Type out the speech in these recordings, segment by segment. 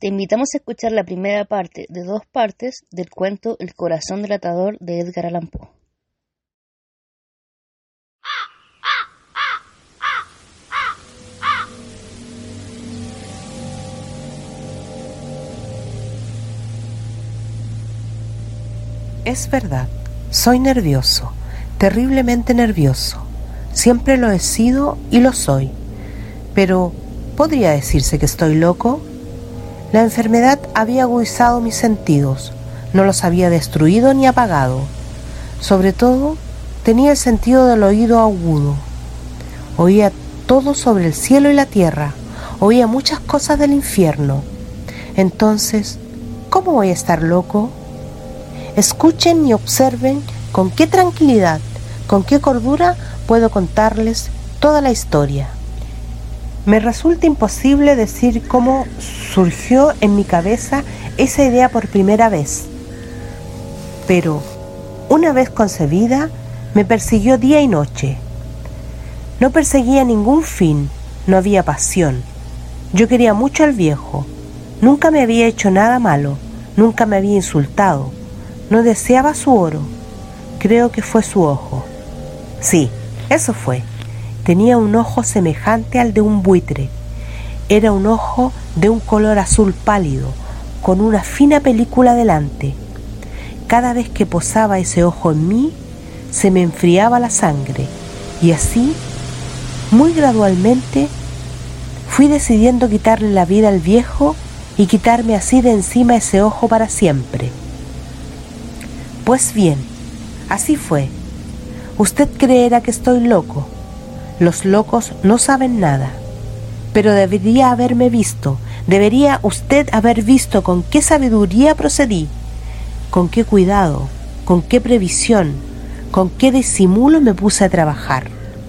Te invitamos a escuchar la primera parte de 2 partes del cuento El corazón del atador de Edgar Allan Poe. Es verdad, soy nervioso, terriblemente nervioso. Siempre lo he sido y lo soy. Pero, ¿podría decirse que estoy loco? La enfermedad había agudizado mis sentidos, no los había destruido ni apagado. Sobre todo, tenía el sentido del oído agudo. Oía todo sobre el cielo y la tierra, oía muchas cosas del infierno. Entonces, ¿cómo voy a estar loco? Escuchen y observen con qué tranquilidad, con qué cordura puedo contarles toda la historia. Me resulta imposible decir cómo surgió en mi cabeza esa idea por primera vez. Pero, una vez concebida, me persiguió día y noche. No perseguía ningún fin, no había pasión. Yo quería mucho al viejo. Nunca me había hecho nada malo, nunca me había insultado. No deseaba su oro. Creo que fue su ojo. Sí, eso fue. Tenía un ojo semejante al de un buitre. Era un ojo de un color azul pálido, con una fina película delante. Cada vez que posaba ese ojo en mí, se me enfriaba la sangre, y así, muy gradualmente, fui decidiendo quitarle la vida al viejo y quitarme así de encima ese ojo para siempre. Pues bien, así fue. Usted creerá que estoy loco. Los locos no saben nada. Pero debería haberme visto, debería usted haber visto con qué sabiduría procedí, con qué cuidado, con qué previsión, con qué disimulo me puse a trabajar.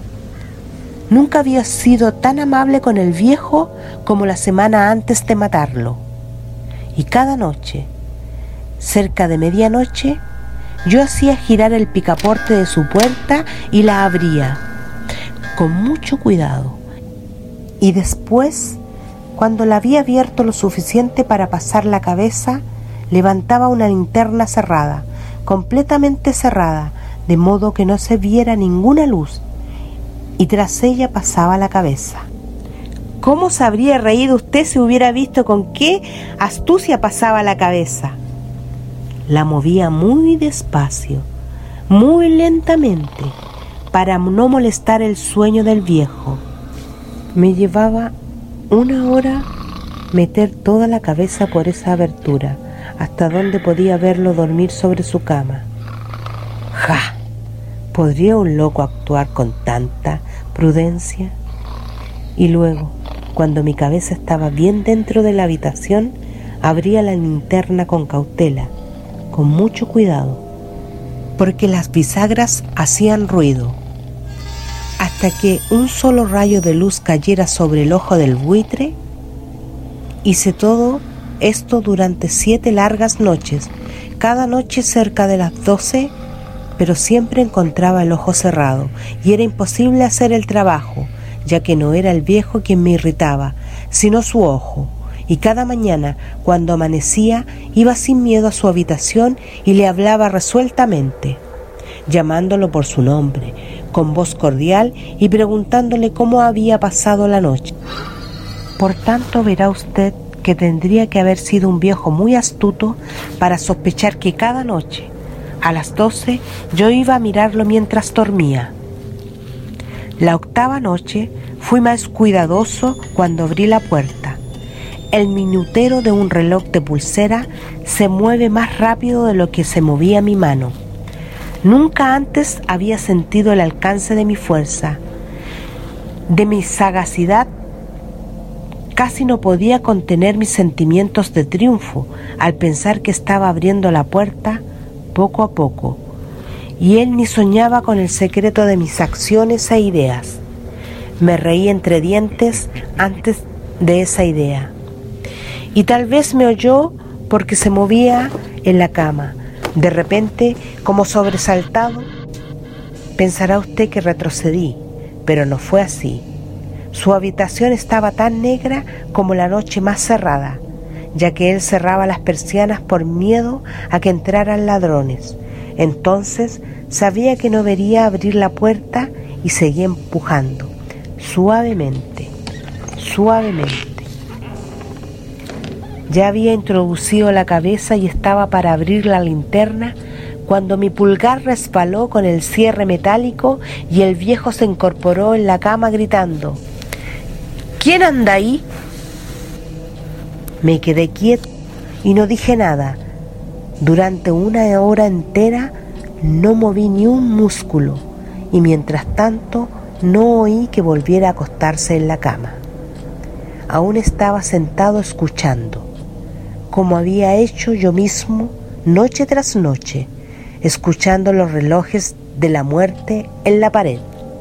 Nunca había sido tan amable con el viejo como la semana antes de matarlo. Y cada noche, cerca de medianoche, yo hacía girar el picaporte de su puerta y la abría, con mucho cuidado. Y después, cuando la había abierto lo suficiente para pasar la cabeza, levantaba una linterna cerrada, completamente cerrada, de modo que no se viera ninguna luz, y tras ella pasaba la cabeza. ¿Cómo se habría reído usted si hubiera visto con qué astucia pasaba la cabeza? La movía muy despacio, muy lentamente, para no molestar el sueño del viejo. Me llevaba 1 hora meter toda la cabeza por esa abertura, hasta donde podía verlo dormir sobre su cama. ¡Ja! ¿Podría un loco actuar con tanta prudencia? Y luego, cuando mi cabeza estaba bien dentro de la habitación, abría la linterna con cautela, con mucho cuidado, porque las bisagras hacían ruido, hasta que un solo rayo de luz cayera sobre el ojo del buitre. Hice todo esto durante 7 largas noches, cada noche cerca de las 12, pero siempre encontraba el ojo cerrado y era imposible hacer el trabajo, ya que no era el viejo quien me irritaba, sino su ojo. Y cada mañana, cuando amanecía, iba sin miedo a su habitación y le hablaba resueltamente, llamándolo por su nombre, con voz cordial y preguntándole cómo había pasado la noche. Por tanto, verá usted que tendría que haber sido un viejo muy astuto para sospechar que cada noche, a las 12, yo iba a mirarlo mientras dormía. La 8ª noche fui más cuidadoso cuando abrí la puerta. El minutero de un reloj de pulsera se mueve más rápido de lo que se movía mi mano. Nunca antes había sentido el alcance de mi fuerza, de mi sagacidad. Casi no podía contener mis sentimientos de triunfo al pensar que estaba abriendo la puerta poco a poco, y él ni soñaba con el secreto de mis acciones e ideas. Me reí entre dientes antes de esa idea, y tal vez me oyó porque se movía en la cama. De repente, como sobresaltado, pensará usted que retrocedí, pero no fue así. Su habitación estaba tan negra como la noche más cerrada. ya que él cerraba las persianas por miedo a que entraran ladrones. Entonces sabía que no vería abrir la puerta y seguía empujando, suavemente, suavemente. Ya había introducido la cabeza y estaba para abrir la linterna cuando mi pulgar resbaló con el cierre metálico y el viejo se incorporó en la cama gritando: ¿Quién anda ahí? Me quedé quieto y no dije nada. Durante una hora entera no moví ni un músculo y mientras tanto no oí que volviera a acostarse en la cama. Aún estaba sentado escuchando, como había hecho yo mismo noche tras noche, escuchando los relojes de la muerte en la pared.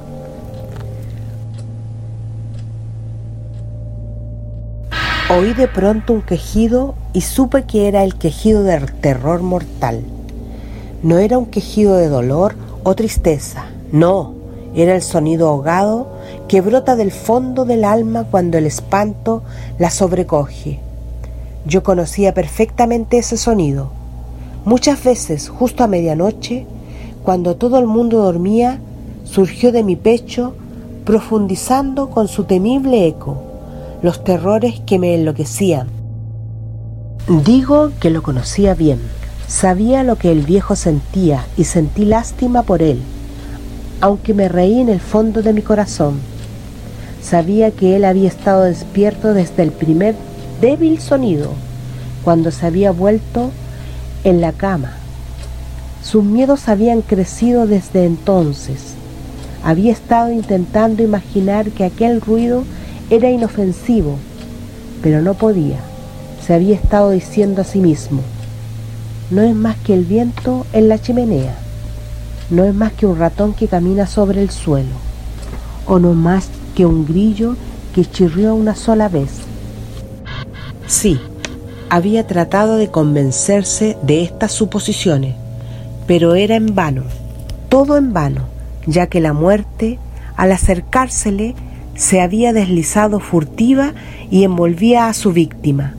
Oí de pronto un quejido y supe que era el quejido del terror mortal. No era un quejido de dolor o tristeza, no, era el sonido ahogado que brota del fondo del alma cuando el espanto la sobrecoge. Yo conocía perfectamente ese sonido. Muchas veces, justo a medianoche, cuando todo el mundo dormía, surgió de mi pecho, profundizando con su temible eco los terrores que me enloquecían. Digo que lo conocía bien. Sabía lo que el viejo sentía y sentí lástima por él, aunque me reí en el fondo de mi corazón. Sabía que él había estado despierto desde el primer débil sonido, cuando se había vuelto en la cama. Sus miedos habían crecido desde entonces. Había estado intentando imaginar que aquel ruido era inofensivo, pero no podía. Se había estado diciendo a sí mismo: no es más que el viento en la chimenea, no es más que un ratón que camina sobre el suelo, o no más que un grillo que chirrió una sola vez. Sí, había tratado de convencerse de estas suposiciones, pero era en vano, todo en vano, ya que la muerte, al acercársele, se había deslizado furtiva y envolvía a su víctima.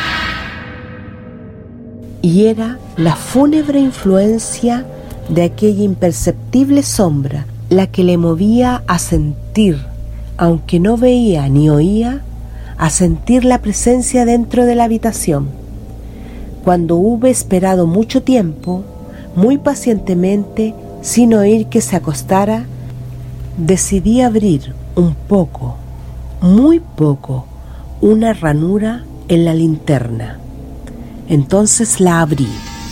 Y era la fúnebre influencia de aquella imperceptible sombra la que le movía a sentir, aunque no veía ni oía, a sentir la presencia dentro de la habitación. Cuando hube esperado mucho tiempo, muy pacientemente, sin oír que se acostara, decidí abrir un poco, muy poco, una ranura en la linterna. Entonces la abrí.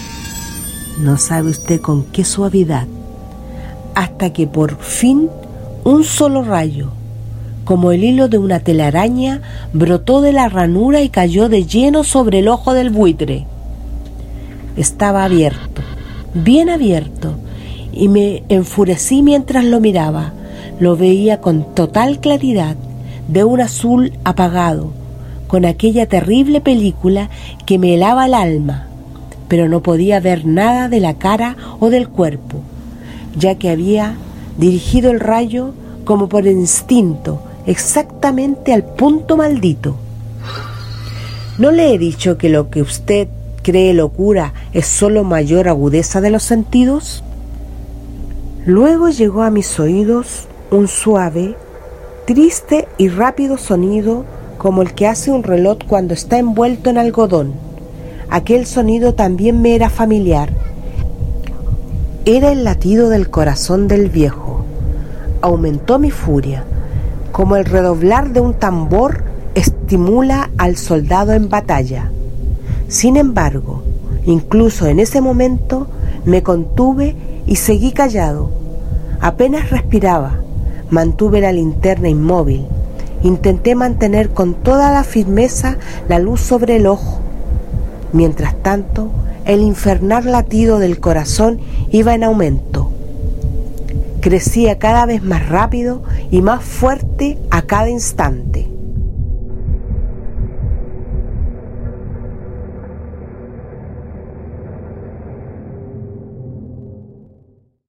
No sabe usted con qué suavidad, hasta que por fin un solo rayo, como el hilo de una telaraña, brotó de la ranura y cayó de lleno sobre el ojo del buitre. Estaba abierto, bien abierto, y me enfurecí mientras lo miraba. Lo veía con total claridad, de un azul apagado, con aquella terrible película que me helaba el alma, pero no podía ver nada de la cara o del cuerpo, ya que había dirigido el rayo como por instinto, exactamente al punto maldito. ¿No le he dicho que lo que usted cree locura es solo mayor agudeza de los sentidos? Luego llegó a mis oídos un suave, triste y rápido sonido como el que hace un reloj cuando está envuelto en algodón. Aquel sonido también me era familiar. Era el latido del corazón del viejo. Aumentó mi furia, como el redoblar de un tambor estimula al soldado en batalla. Sin embargo, incluso en ese momento me contuve y seguí callado. Apenas respiraba. Mantuve la linterna inmóvil. Intenté mantener con toda la firmeza la luz sobre el ojo. Mientras tanto, el infernal latido del corazón iba en aumento. Crecía cada vez más rápido y más fuerte a cada instante.